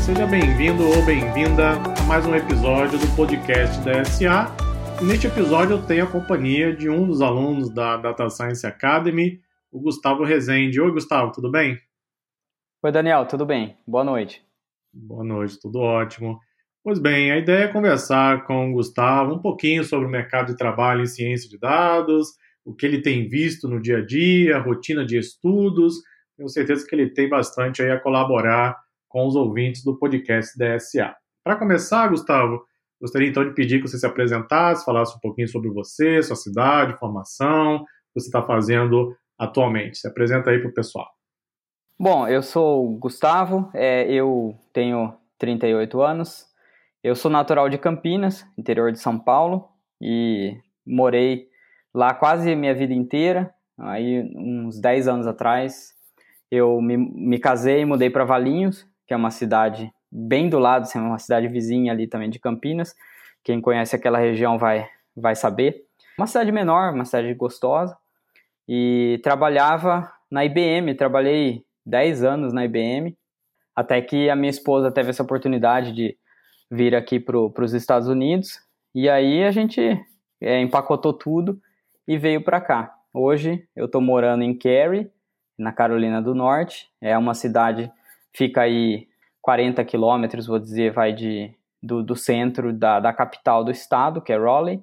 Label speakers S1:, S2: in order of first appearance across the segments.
S1: seja bem-vindo ou bem-vinda a mais um episódio do podcast da SA. E neste episódio eu tenho a companhia de um dos alunos da Data Science Academy, o Gustavo Rezende. Oi, Gustavo, tudo bem?
S2: Oi, Daniel, tudo bem? Boa noite.
S1: Boa noite, tudo ótimo. Pois bem, a ideia é conversar com o Gustavo um pouquinho sobre o mercado de trabalho em ciência de dados, o que ele tem visto no dia a dia, a rotina de estudos. Tenho certeza que ele tem bastante aí a colaborar com os ouvintes do podcast da SA. Para começar, Gustavo, gostaria então de pedir que você se apresentasse, falasse um pouquinho sobre você, sua cidade, formação, o que você está fazendo atualmente. Se apresenta aí para o pessoal.
S2: Bom, eu sou o Gustavo, eu tenho 38 anos, eu sou natural de Campinas, interior de São Paulo, e morei lá quase a minha vida inteira. Aí, uns 10 anos atrás, eu me casei e mudei para Valinhos, que é uma cidade bem do lado, assim, uma cidade vizinha ali também de Campinas. Quem conhece aquela região vai saber. Uma cidade menor, uma cidade gostosa. E trabalhava na IBM, trabalhei 10 anos na IBM, até que a minha esposa teve essa oportunidade de vir aqui para os Estados Unidos. E aí a gente empacotou tudo e veio para cá. Hoje eu estou morando em Cary, na Carolina do Norte. É uma cidade, fica aí 40 quilômetros, vou dizer, do centro da capital do estado, que é Raleigh.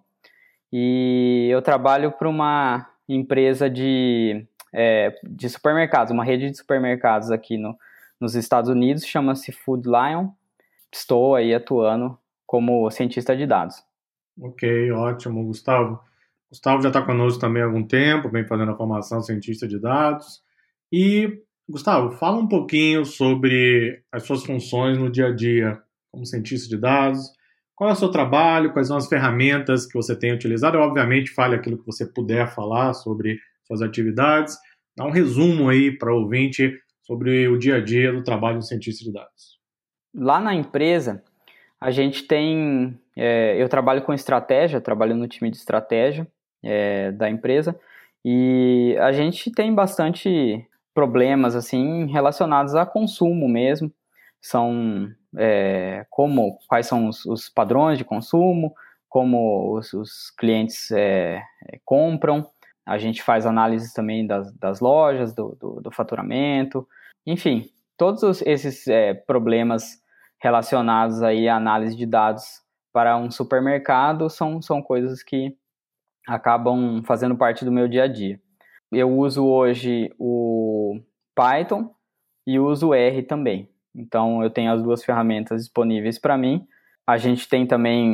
S2: E eu trabalho para uma empresa de supermercados, uma rede de supermercados aqui nos Estados Unidos, chama-se Food Lion. Estou aí atuando como cientista de dados.
S1: Ok, ótimo, Gustavo. Gustavo já está conosco também há algum tempo, vem fazendo a formação cientista de dados. E, Gustavo, fala um pouquinho sobre as suas funções no dia a dia como cientista de dados. Qual é o seu trabalho? Quais são as ferramentas que você tem utilizado? E, obviamente, fale aquilo que você puder falar sobre suas atividades. Dá um resumo aí para o ouvinte sobre o dia a dia do trabalho do cientista de dados.
S2: Lá na empresa, a gente tem... eu trabalho com estratégia, trabalho no time de estratégia da empresa, e a gente tem bastante problemas assim relacionados a consumo mesmo. São quais são os padrões de consumo, como os clientes compram. A gente faz análises também das lojas, do faturamento, enfim, todos esses problemas relacionados aí à análise de dados para um supermercado são coisas que acabam fazendo parte do meu dia a dia. Eu uso hoje o Python e uso o R também. Então, eu tenho as duas ferramentas disponíveis para mim. A gente tem também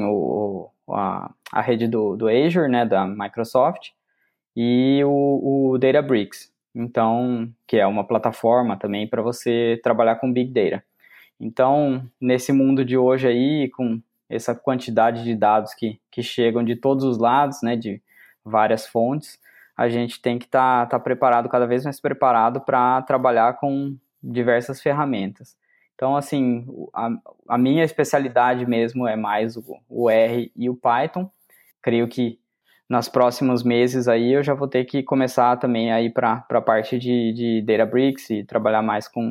S2: a rede do Azure, né, da Microsoft, e o Databricks, então, que é uma plataforma também para você trabalhar com Big Data. Então, nesse mundo de hoje aí, com essa quantidade de dados que chegam de todos os lados, né, de várias fontes, a gente tem que estar preparado, cada vez mais preparado para trabalhar com diversas ferramentas. Então, assim, a minha especialidade mesmo é mais o R e o Python. Creio que nos próximos meses aí eu já vou ter que começar também aí para a parte de Databricks e trabalhar mais com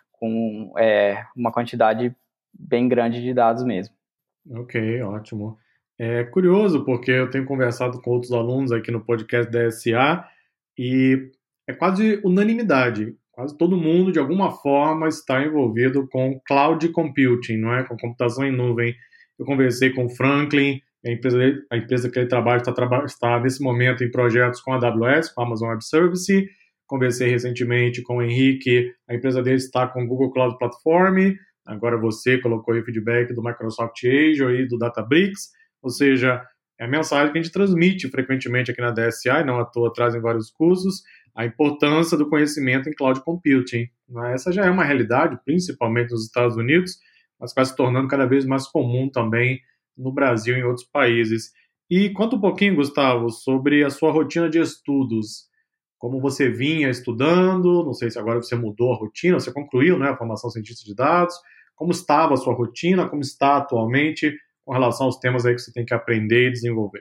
S2: uma quantidade bem grande de dados mesmo.
S1: Ok, ótimo. É curioso porque eu tenho conversado com outros alunos aqui no podcast da SA e é quase unanimidade. Quase todo mundo, de alguma forma, está envolvido com cloud computing, não é? Com computação em nuvem. Eu conversei com o Franklin, a empresa que ele trabalha está nesse momento em projetos com a AWS, com a Amazon Web Service. Conversei recentemente com o Henrique, a empresa dele está com o Google Cloud Platform. Agora você colocou aí o feedback do Microsoft Azure e do Databricks, ou seja, é a mensagem que a gente transmite frequentemente aqui na DSA, e não à toa trazem vários cursos, a importância do conhecimento em cloud computing. Essa já é uma realidade, principalmente nos Estados Unidos, mas está se tornando cada vez mais comum também no Brasil e em outros países. E conta um pouquinho, Gustavo, sobre a sua rotina de estudos. Como você vinha estudando, não sei se agora você mudou a rotina, você concluiu, né, a formação cientista de dados, como estava a sua rotina, como está atualmente com relação aos temas aí que você tem que aprender e desenvolver?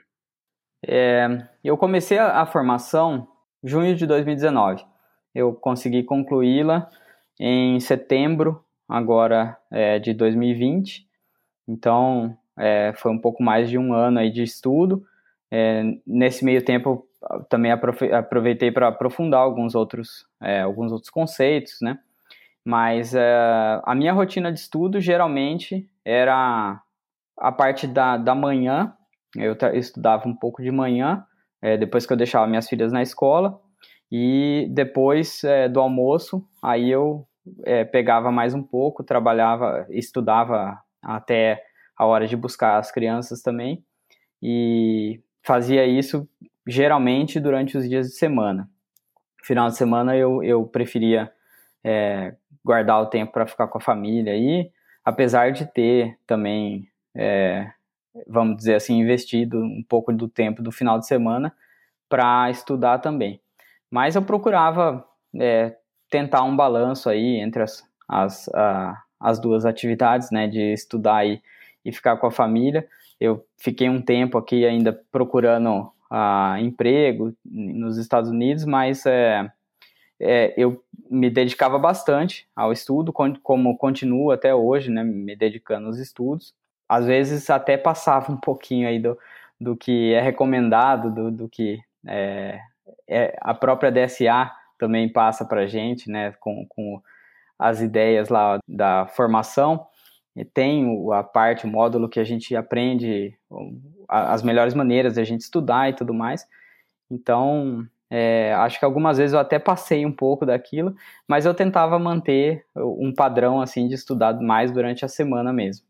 S2: Eu comecei a formação em junho de 2019. Eu consegui concluí-la em setembro agora de 2020, então foi um pouco mais de um ano aí de estudo. Nesse meio tempo eu também aproveitei para aprofundar alguns outros conceitos, né? Mas a minha rotina de estudo geralmente era a parte da manhã. Eu estudava um pouco de manhã, depois que eu deixava minhas filhas na escola, e depois do almoço, aí eu pegava mais um pouco, trabalhava, estudava até a hora de buscar as crianças também, e fazia isso geralmente durante os dias de semana. Final de semana eu preferia guardar o tempo para ficar com a família aí, apesar de ter também, vamos dizer assim, investido um pouco do tempo do final de semana para estudar também. Mas eu procurava tentar um balanço aí entre as duas atividades, né, de estudar e ficar com a família. Eu fiquei um tempo aqui ainda procurando emprego nos Estados Unidos, mas eu me dedicava bastante ao estudo, como continuo até hoje, né, me dedicando aos estudos. Às vezes até passava um pouquinho aí do que é recomendado, do que a própria DSA também passa para a gente, né, com as ideias lá da formação. E tem o módulo que a gente aprende as melhores maneiras de a gente estudar e tudo mais. Então, acho que algumas vezes eu até passei um pouco daquilo, mas eu tentava manter um padrão assim de estudar mais durante a semana mesmo.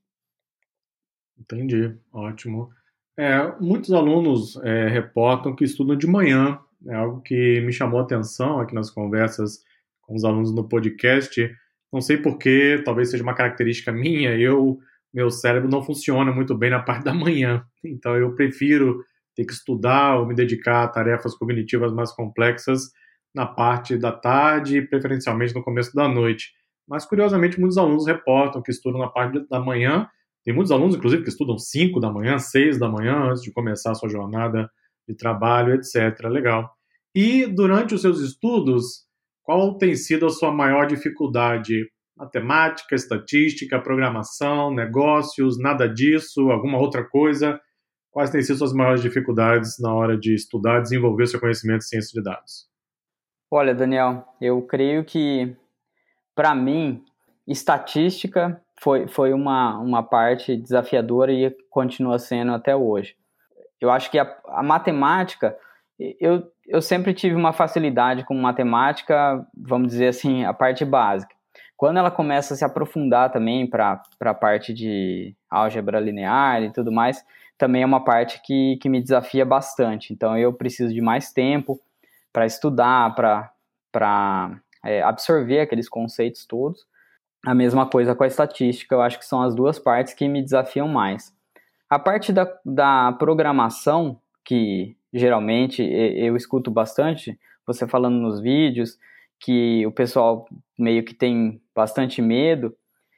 S1: Entendi, ótimo. Muitos alunos reportam que estudam de manhã, é algo que me chamou a atenção aqui nas conversas com os alunos no podcast. Não sei por quê, talvez seja uma característica minha, meu cérebro não funciona muito bem na parte da manhã, então eu prefiro ter que estudar ou me dedicar a tarefas cognitivas mais complexas na parte da tarde, preferencialmente no começo da noite. Mas, curiosamente, muitos alunos reportam que estudam na parte da manhã. Tem muitos alunos, inclusive, que estudam 5 da manhã, 6 da manhã, antes de começar a sua jornada de trabalho, etc. Legal. E durante os seus estudos, qual tem sido a sua maior dificuldade? Matemática, estatística, programação, negócios, nada disso, alguma outra coisa? Quais têm sido suas maiores dificuldades na hora de estudar e desenvolver seu conhecimento em ciência de dados?
S2: Olha, Daniel, eu creio que, para mim, estatística foi uma parte desafiadora e continua sendo até hoje. Eu acho que a matemática, eu sempre tive uma facilidade com matemática, vamos dizer assim, a parte básica. Quando ela começa a se aprofundar também para a parte de álgebra linear e tudo mais, também é uma parte que me desafia bastante. Então eu preciso de mais tempo para estudar, para absorver aqueles conceitos todos. A mesma coisa com a estatística, eu acho que são as duas partes que me desafiam mais. A parte da programação, que geralmente eu escuto bastante, você falando nos vídeos, que o pessoal meio que tem bastante medo,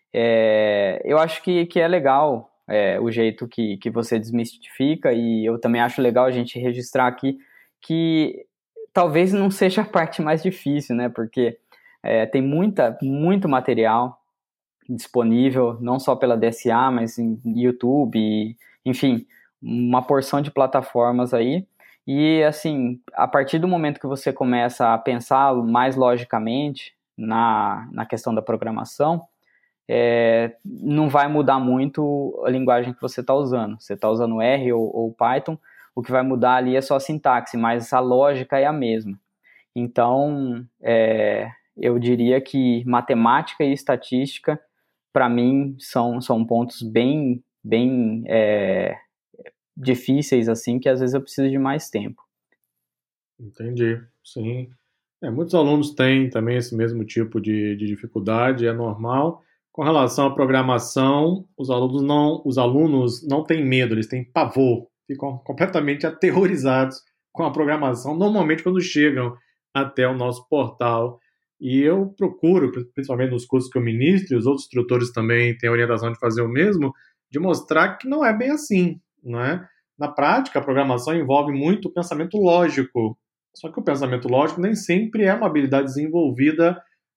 S2: eu acho que é legal o jeito que você desmistifica, e eu também acho legal a gente registrar aqui que talvez não seja a parte mais difícil, né? Porque tem muito material disponível, não só pela DSA, mas em YouTube, enfim, uma porção de plataformas aí. E, assim, a partir do momento que você começa a pensar mais logicamente na questão da programação, não vai mudar muito a linguagem que você está usando. Você está usando R ou Python, o que vai mudar ali é só a sintaxe, mas a lógica é a mesma. Então, eu diria que matemática e estatística, para mim, são pontos bem difíceis, assim, que às vezes eu preciso de mais tempo.
S1: Entendi, sim. Muitos alunos têm também esse mesmo tipo de dificuldade, é normal. Com relação à programação, os alunos não têm medo, eles têm pavor, ficam completamente aterrorizados com a programação, normalmente quando chegam até o nosso portal. E eu procuro, principalmente nos cursos que eu ministro, e os outros instrutores também têm a orientação de fazer o mesmo, de mostrar que não é bem assim, não é? Na prática, a programação envolve muito pensamento lógico, só que o pensamento lógico nem sempre é uma habilidade desenvolvida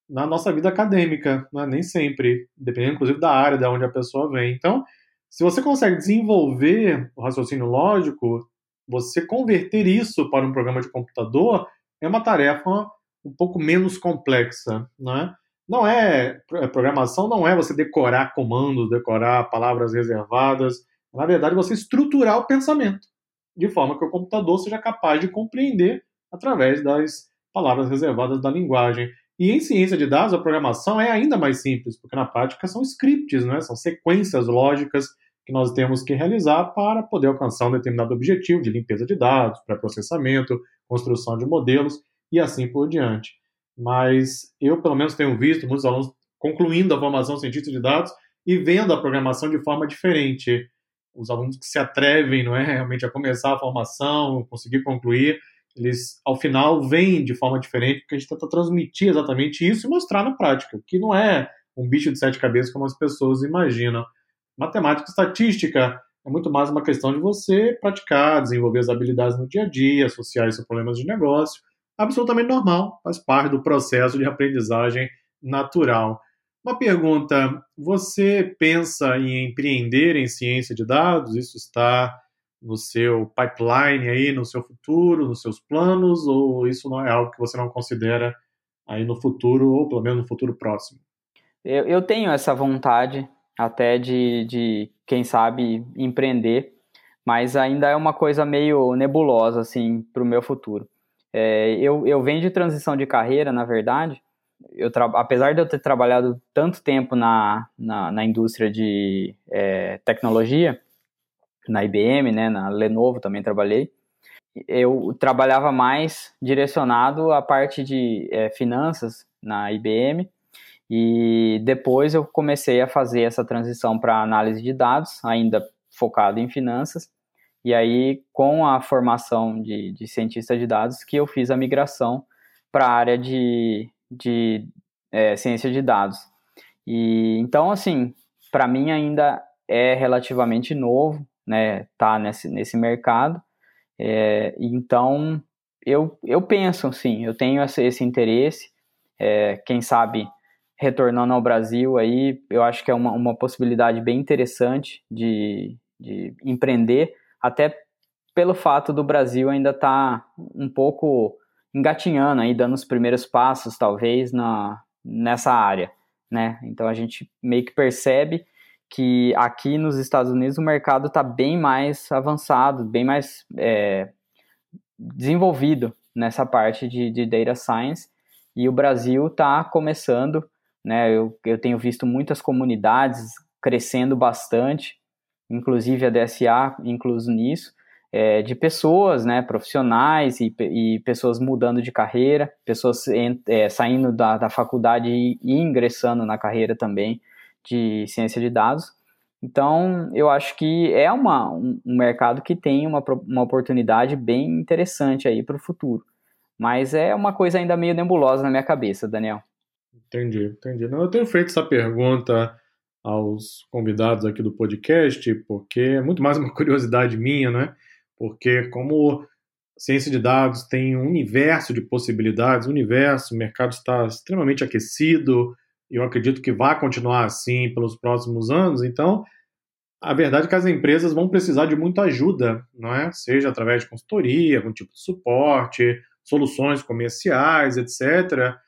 S1: na nossa vida acadêmica, né? Nem sempre, dependendo inclusive da área de onde a pessoa vem. Então, se você consegue desenvolver o raciocínio lógico, você converter isso para um programa de computador é uma tarefa um pouco menos complexa, né? Não é programação, não é você decorar comandos, decorar palavras reservadas. Na verdade, você estruturar o pensamento de forma que o computador seja capaz de compreender através das palavras reservadas da linguagem. E em ciência de dados, a programação é ainda mais simples, porque na prática são scripts, né? São sequências lógicas que nós temos que realizar para poder alcançar um determinado objetivo de limpeza de dados, pré-processamento, construção de modelos e assim por diante. Mas eu, pelo menos, tenho visto muitos alunos concluindo a formação cientista de dados e vendo a programação de forma diferente. Os alunos que se atrevem, não é, realmente a começar a formação, conseguir concluir, eles, ao final, veem de forma diferente, porque a gente tenta transmitir exatamente isso e mostrar na prática, que não é um bicho de sete cabeças como as pessoas imaginam. Matemática e estatística é muito mais uma questão de você praticar, desenvolver as habilidades no dia a dia, associar isso a problemas de negócio. Absolutamente normal, faz parte do processo de aprendizagem natural. Uma pergunta: você pensa em empreender em ciência de dados? Isso está no seu pipeline aí, no seu futuro, nos seus planos, ou isso não é algo que você não considera aí no futuro, ou pelo menos no futuro próximo?
S2: Eu tenho essa vontade até quem sabe, empreender, mas ainda é uma coisa meio nebulosa, assim, para o meu futuro. Eu venho de transição de carreira, na verdade. Apesar de eu ter trabalhado tanto tempo na indústria de tecnologia, na IBM, né, na Lenovo também trabalhei, eu trabalhava mais direcionado à parte de finanças na IBM, e depois eu comecei a fazer essa transição para análise de dados, ainda focado em finanças, e aí com a formação de cientista de dados que eu fiz a migração para a área de ciência de dados. E então, assim, para mim ainda é relativamente novo, né, tá nesse mercado. Então eu penso, sim, eu tenho esse interesse. Quem sabe retornando ao Brasil aí, eu acho que é uma possibilidade bem interessante de empreender, até pelo fato do Brasil ainda estar um pouco engatinhando aí, dando os primeiros passos, talvez, nessa área, né? Então a gente meio que percebe que aqui nos Estados Unidos o mercado está bem mais avançado, bem mais desenvolvido nessa parte de data science, e o Brasil está começando, né? Eu tenho visto muitas comunidades crescendo bastante, inclusive a DSA incluso nisso, de pessoas, né, profissionais e pessoas mudando de carreira, pessoas saindo da faculdade e ingressando na carreira também de ciência de dados. Então, eu acho que é um mercado que tem uma oportunidade bem interessante aí para o futuro. Mas é uma coisa ainda meio nebulosa na minha cabeça, Daniel.
S1: Entendi, entendi. Não, eu tenho feito essa pergunta aos convidados aqui do podcast, porque é muito mais uma curiosidade minha, né? Porque como ciência de dados tem um universo de possibilidades, o mercado está extremamente aquecido, e eu acredito que vai continuar assim pelos próximos anos, então a verdade é que as empresas vão precisar de muita ajuda, não é? Seja através de consultoria, algum tipo de suporte, soluções comerciais, etc.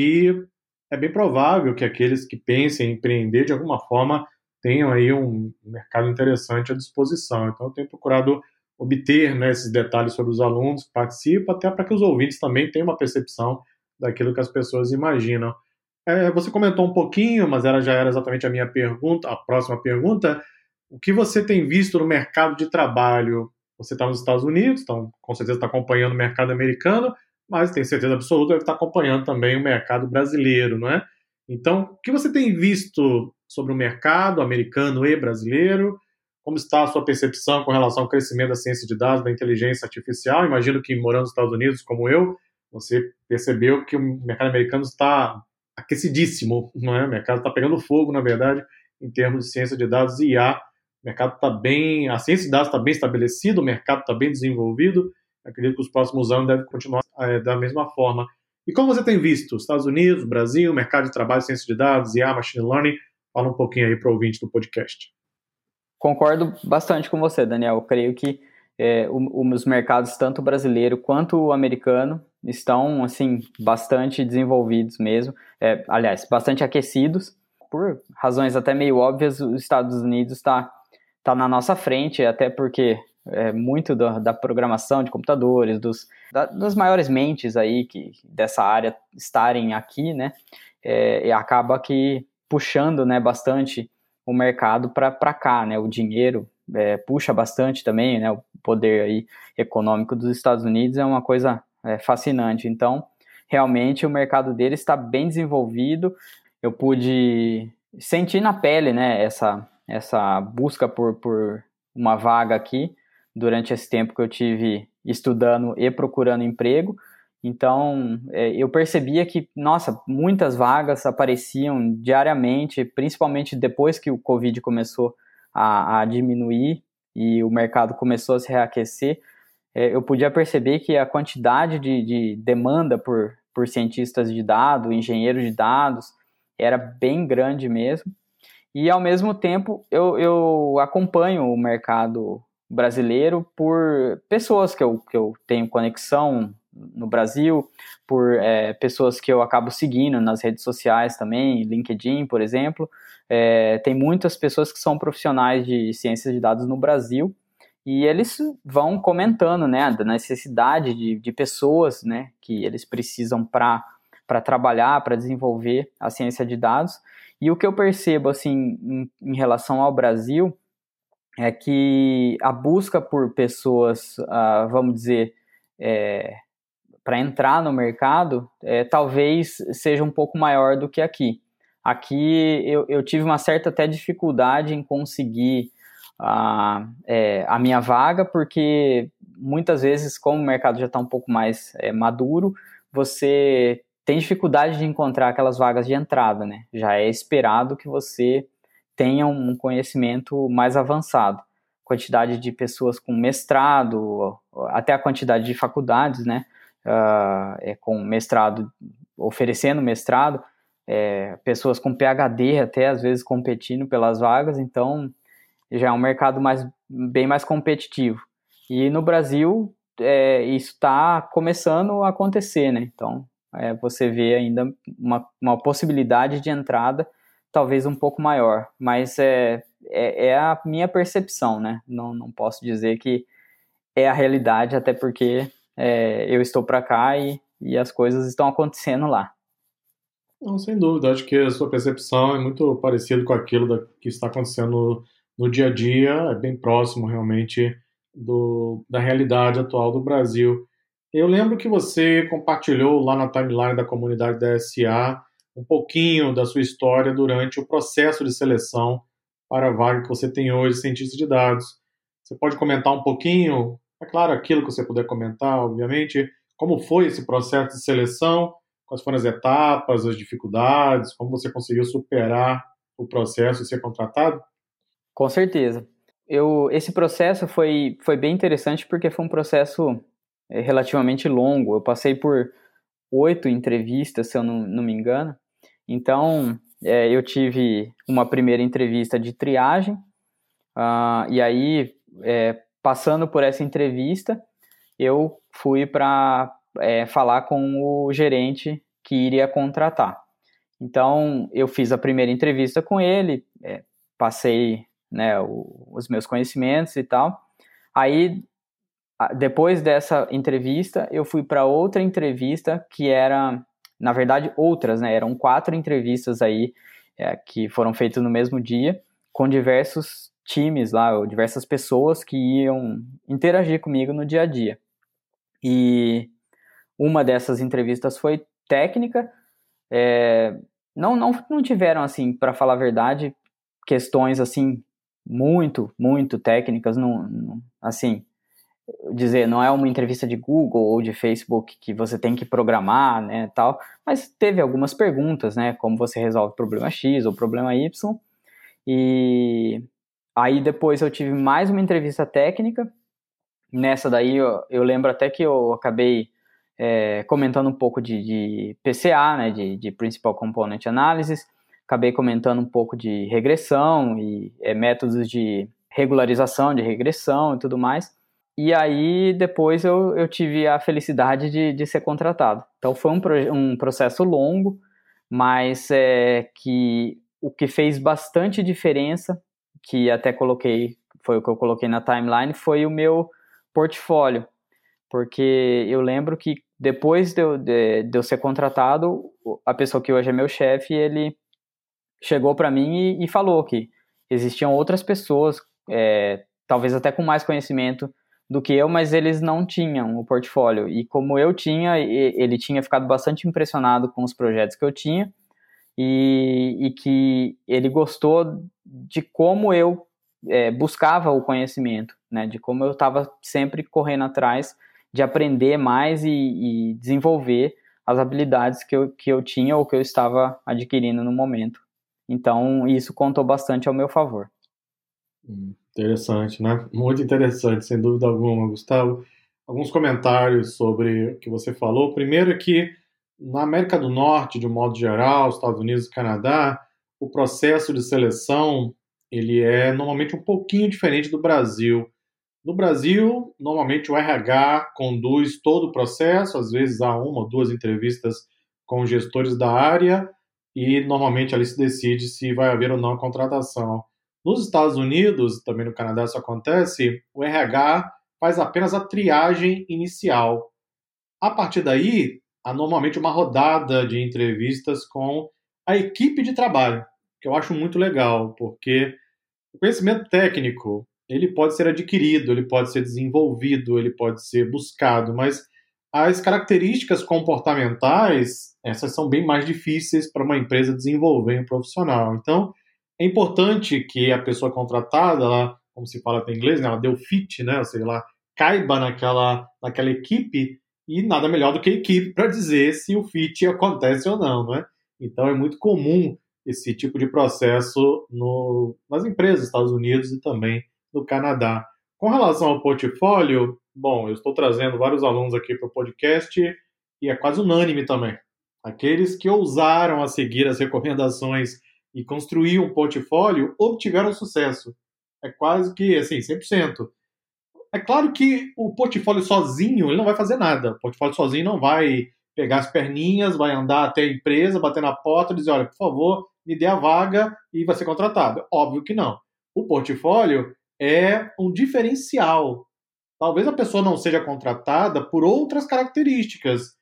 S1: E é bem provável que aqueles que pensem em empreender de alguma forma tenham aí um mercado interessante à disposição. Então, eu tenho procurado obter, né, esses detalhes sobre os alunos que participam, até para que os ouvintes também tenham uma percepção daquilo que as pessoas imaginam. Você comentou um pouquinho, mas ela já era exatamente a minha pergunta, a próxima pergunta. O que você tem visto no mercado de trabalho? Você está nos Estados Unidos, então com certeza está acompanhando o mercado americano, mas tem certeza absoluta que está acompanhando também o mercado brasileiro, não é? Então, o que você tem visto sobre o mercado americano e brasileiro? Como está a sua percepção com relação ao crescimento da ciência de dados, da inteligência artificial? Imagino que morando nos Estados Unidos, como eu, você percebeu que o mercado americano está aquecidíssimo, não é? O mercado está pegando fogo, na verdade, em termos de ciência de dados e IA. O mercado está bem, a ciência de dados está bem estabelecida, o mercado está bem desenvolvido. Acredito que os próximos anos devem continuar da mesma forma. E como você tem visto, Estados Unidos, Brasil, mercado de trabalho, ciência de dados, IA, machine learning? Fala um pouquinho aí para o ouvinte do podcast.
S2: Concordo bastante com você, Daniel. Eu creio que os mercados, tanto brasileiro quanto o americano, estão assim, bastante desenvolvidos mesmo. Aliás, bastante aquecidos. Por razões até meio óbvias, os Estados Unidos está na nossa frente, até porque muito da programação de computadores, das maiores mentes aí dessa área estarem aqui, né? E acaba que puxando, né, bastante o mercado para cá, né? O dinheiro puxa bastante também, né? O poder aí econômico dos Estados Unidos é uma coisa fascinante. Então, realmente o mercado deles está bem desenvolvido. Eu pude sentir na pele, né? Essa busca por uma vaga aqui durante esse tempo que eu tive estudando e procurando emprego. Então, eu percebia que, nossa, muitas vagas apareciam diariamente, principalmente depois que o Covid começou a diminuir e o mercado começou a se reaquecer. Eu podia perceber que a quantidade de demanda por cientistas de dados, engenheiros de dados, era bem grande mesmo. E, ao mesmo tempo, eu acompanho o mercado brasileiro por pessoas que eu tenho conexão no Brasil, por pessoas que eu acabo seguindo nas redes sociais também, LinkedIn, por exemplo. Tem muitas pessoas que são profissionais de ciências de dados no Brasil e eles vão comentando, né, da necessidade de pessoas, né, que eles precisam para trabalhar, para desenvolver a ciência de dados. E o que eu percebo, assim, em relação ao Brasil, é que a busca por pessoas, vamos dizer, para entrar no mercado, talvez seja um pouco maior do que aqui. Aqui eu tive uma certa até dificuldade em conseguir a minha vaga, porque muitas vezes, como o mercado já está um pouco mais maduro, você tem dificuldade de encontrar aquelas vagas de entrada, né? Já é esperado que você tenha um conhecimento mais avançado. Quantidade de pessoas com mestrado, até a quantidade de faculdades, né? Com mestrado, oferecendo mestrado, pessoas com PhD até às vezes competindo pelas vagas, então já é um mercado bem mais competitivo. E no Brasil, isso está começando a acontecer, né? Então, você vê ainda uma possibilidade de entrada talvez um pouco maior, mas é a minha percepção, né? Não posso dizer que é a realidade, até porque eu estou para cá e as coisas estão acontecendo lá.
S1: Não, sem dúvida, acho que a sua percepção é muito parecida com aquilo que está acontecendo no dia a dia, é bem próximo realmente da realidade atual do Brasil. Eu lembro que você compartilhou lá na timeline da comunidade da SA um pouquinho da sua história durante o processo de seleção para a vaga que você tem hoje, cientista de dados. Você pode comentar um pouquinho, é claro, aquilo que você puder comentar, obviamente, como foi esse processo de seleção, quais foram as etapas, as dificuldades, como você conseguiu superar o processo e ser contratado?
S2: Com certeza. Esse processo foi bem interessante porque foi um processo relativamente longo. Eu passei por 8 entrevistas, se eu não me engano. Então, eu tive uma primeira entrevista de triagem, e aí, passando por essa entrevista, eu fui para falar com o gerente que iria contratar. Então, eu fiz a primeira entrevista com ele, passei, né, os meus conhecimentos e tal. Aí, depois dessa entrevista, eu fui para outra entrevista que era, na verdade, outras, né? Eram 4 entrevistas aí que foram feitas no mesmo dia, com diversos times lá, ou diversas pessoas que iam interagir comigo no dia a dia. E uma dessas entrevistas foi técnica. Não tiveram, assim, para falar a verdade, questões assim muito técnicas, assim, dizer, não é uma entrevista de Google ou de Facebook que você tem que programar, né, tal, mas teve algumas perguntas, né, como você resolve o problema X ou o problema Y, e aí depois eu tive mais uma entrevista técnica. Nessa daí eu lembro até que eu acabei comentando um pouco de PCA, né, de Principal Component Analysis, acabei comentando um pouco de regressão e métodos de regularização de regressão e tudo mais. E aí, depois eu tive a felicidade de ser contratado. Então, foi um processo longo, mas que o que fez bastante diferença, que até coloquei, foi o que eu coloquei na timeline, foi o meu portfólio. Porque eu lembro que depois de eu ser contratado, a pessoa que hoje é meu chefe, ele chegou para mim e falou que existiam outras pessoas, talvez até com mais conhecimento do que eu, mas eles não tinham o portfólio. E como eu tinha, ele tinha ficado bastante impressionado com os projetos que eu tinha e que ele gostou de como eu buscava o conhecimento, né? De como eu estava sempre correndo atrás de aprender mais e desenvolver as habilidades que eu tinha ou que eu estava adquirindo no momento. Então, isso contou bastante ao meu favor.
S1: Interessante, né? Muito interessante, sem dúvida alguma, Gustavo. Alguns comentários sobre o que você falou. Primeiro é que na América do Norte, de um modo geral, Estados Unidos e Canadá, o processo de seleção ele é normalmente um pouquinho diferente do Brasil. No Brasil, normalmente o RH conduz todo o processo, às vezes há uma ou duas entrevistas com gestores da área e normalmente ali se decide se vai haver ou não a contratação. Nos Estados Unidos, também no Canadá isso acontece, o RH faz apenas a triagem inicial. A partir daí, há normalmente uma rodada de entrevistas com a equipe de trabalho, que eu acho muito legal, porque o conhecimento técnico, ele pode ser adquirido, ele pode ser desenvolvido, ele pode ser buscado, mas as características comportamentais, essas são bem mais difíceis para uma empresa desenvolver um profissional. Então, é importante que a pessoa contratada, ela, como se fala até em inglês, né, ela deu fit, né, ou seja, ela caiba naquela equipe, e nada melhor do que a equipe para dizer se o fit acontece ou não, não é? Então, é muito comum esse tipo de processo nas empresas dos Estados Unidos e também no Canadá. Com relação ao portfólio, bom, eu estou trazendo vários alunos aqui para o podcast e é quase unânime também. Aqueles que ousaram a seguir as recomendações e construir um portfólio obtiveram sucesso. É quase que, assim, 100%. É claro que o portfólio sozinho, ele não vai fazer nada. O portfólio sozinho não vai pegar as perninhas, vai andar até a empresa, bater na porta e dizer, olha, por favor, me dê a vaga e vai ser contratado. Óbvio que não. O portfólio é um diferencial. Talvez a pessoa não seja contratada por outras características,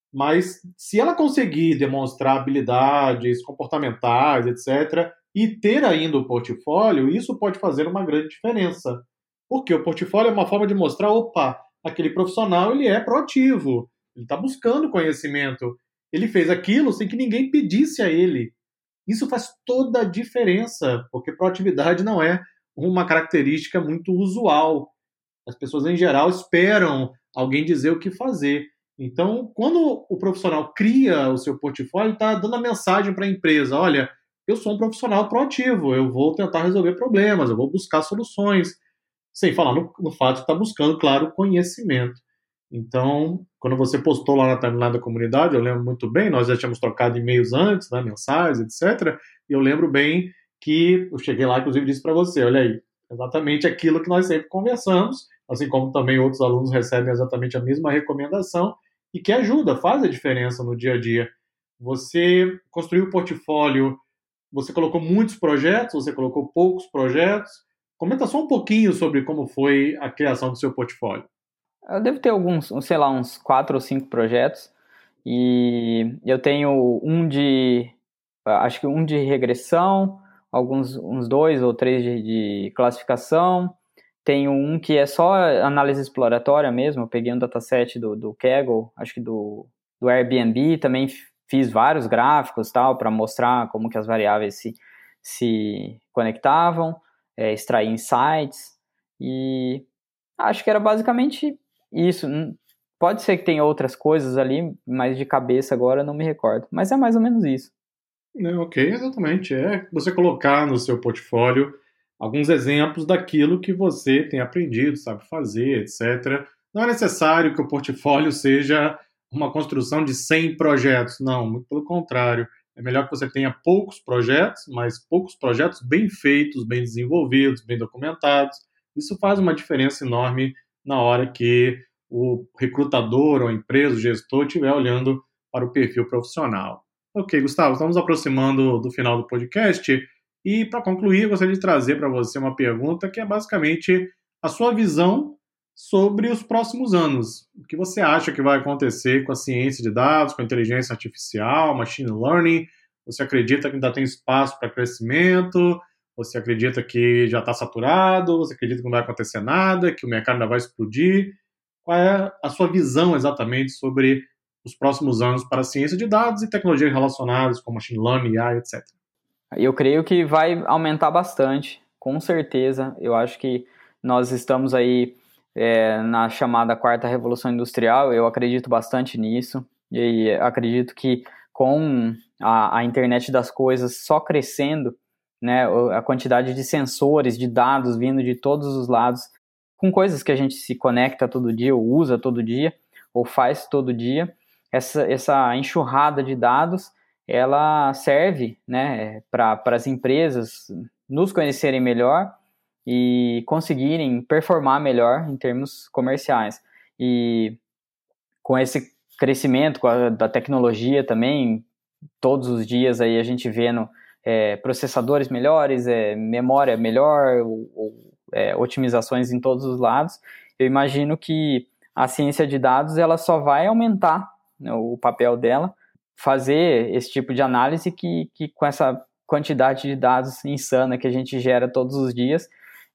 S1: mas se ela conseguir demonstrar habilidades comportamentais, etc., e ter ainda o portfólio, isso pode fazer uma grande diferença. Porque o portfólio é uma forma de mostrar, opa, aquele profissional ele é proativo, ele está buscando conhecimento, ele fez aquilo sem que ninguém pedisse a ele. Isso faz toda a diferença, porque proatividade não é uma característica muito usual. As pessoas, em geral, esperam alguém dizer o que fazer. Então, quando o profissional cria o seu portfólio, ele está dando a mensagem para a empresa: olha, eu sou um profissional proativo, eu vou tentar resolver problemas, eu vou buscar soluções, sem falar no fato de estar buscando, claro, conhecimento. Então, quando você postou lá na timeline da comunidade, eu lembro muito bem, nós já tínhamos trocado e-mails antes, né, mensagens, etc. E eu lembro bem que eu cheguei lá, inclusive, disse para você: olha aí, exatamente aquilo que nós sempre conversamos, assim como também outros alunos recebem exatamente a mesma recomendação e que ajuda, faz a diferença no dia a dia. Você construiu o portfólio, você colocou muitos projetos, você colocou poucos projetos. Comenta só um pouquinho sobre como foi a criação do seu portfólio.
S2: Eu devo ter alguns, sei lá, uns 4 ou 5 projetos. E eu tenho acho que um de regressão, uns 2 ou 3 de classificação. Tenho um que é só análise exploratória mesmo. Eu peguei um dataset do Kaggle, acho que do Airbnb. Também fiz vários gráficos tal para mostrar como que as variáveis se conectavam, extrair insights. E acho que era basicamente isso. Pode ser que tenha outras coisas ali, mas de cabeça agora eu não me recordo. Mas é mais ou menos isso.
S1: Ok, exatamente. É você colocar no seu portfólio alguns exemplos daquilo que você tem aprendido, sabe fazer, etc. Não é necessário que o portfólio seja uma construção de 100 projetos. Não, muito pelo contrário. É melhor que você tenha poucos projetos, mas poucos projetos bem feitos, bem desenvolvidos, bem documentados. Isso faz uma diferença enorme na hora que o recrutador ou a empresa, o gestor, estiver olhando para o perfil profissional. Ok, Gustavo, estamos aproximando do final do podcast e, para concluir, eu gostaria de trazer para você uma pergunta que é basicamente a sua visão sobre os próximos anos. O que você acha que vai acontecer com a ciência de dados, com a inteligência artificial, machine learning? Você acredita que ainda tem espaço para crescimento? Você acredita que já está saturado? Você acredita que não vai acontecer nada? Que o mercado ainda vai explodir? Qual é a sua visão exatamente sobre os próximos anos para a ciência de dados e tecnologias relacionadas, como machine learning, AI, etc.?
S2: Eu creio que vai aumentar bastante, com certeza. Eu acho que nós estamos aí na chamada quarta revolução industrial. Eu acredito bastante nisso e acredito que com a internet das coisas só crescendo, né, a quantidade de sensores, de dados vindo de todos os lados, com coisas que a gente se conecta todo dia, ou usa todo dia, ou faz todo dia, essa enxurrada de dados, ela serve, né, para as empresas nos conhecerem melhor e conseguirem performar melhor em termos comerciais. E com esse crescimento da tecnologia também, todos os dias aí a gente vendo processadores melhores, memória melhor, otimizações em todos os lados, eu imagino que a ciência de dados ela só vai aumentar, né, o papel dela, fazer esse tipo de análise que com essa quantidade de dados insana que a gente gera todos os dias,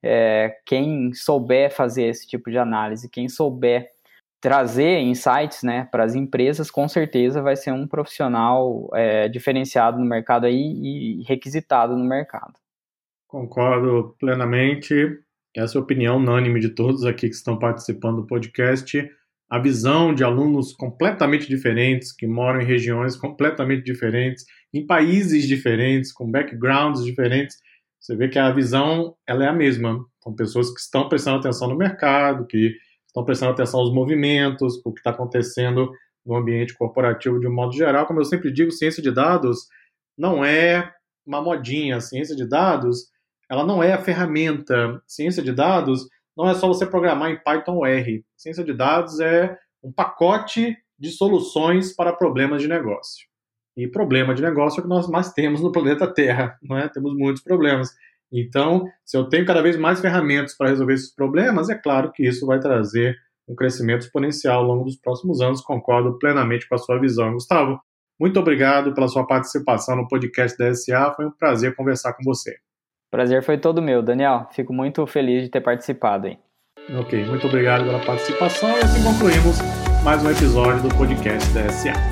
S2: quem souber fazer esse tipo de análise, quem souber trazer insights, né, para as empresas, com certeza vai ser um profissional diferenciado no mercado aí e requisitado no mercado.
S1: Concordo plenamente. Essa é a opinião unânime de todos aqui que estão participando do podcast. A visão de alunos completamente diferentes, que moram em regiões completamente diferentes, em países diferentes, com backgrounds diferentes. Você vê que a visão ela é a mesma. São pessoas que estão prestando atenção no mercado, que estão prestando atenção aos movimentos, o que está acontecendo no ambiente corporativo de um modo geral. Como eu sempre digo, ciência de dados não é uma modinha. A ciência de dados ela não é a ferramenta. Ciência de dados não é só você programar em Python ou R. Ciência de dados é um pacote de soluções para problemas de negócio. E problema de negócio é o que nós mais temos no planeta Terra, não é? Temos muitos problemas. Então, se eu tenho cada vez mais ferramentas para resolver esses problemas, é claro que isso vai trazer um crescimento exponencial ao longo dos próximos anos. Concordo plenamente com a sua visão. Gustavo, muito obrigado pela sua participação no podcast da SA. Foi um prazer conversar com você.
S2: Prazer foi todo meu, Daniel. Fico muito feliz de ter participado aí.
S1: Ok, muito obrigado pela participação e assim concluímos mais um episódio do podcast da SA.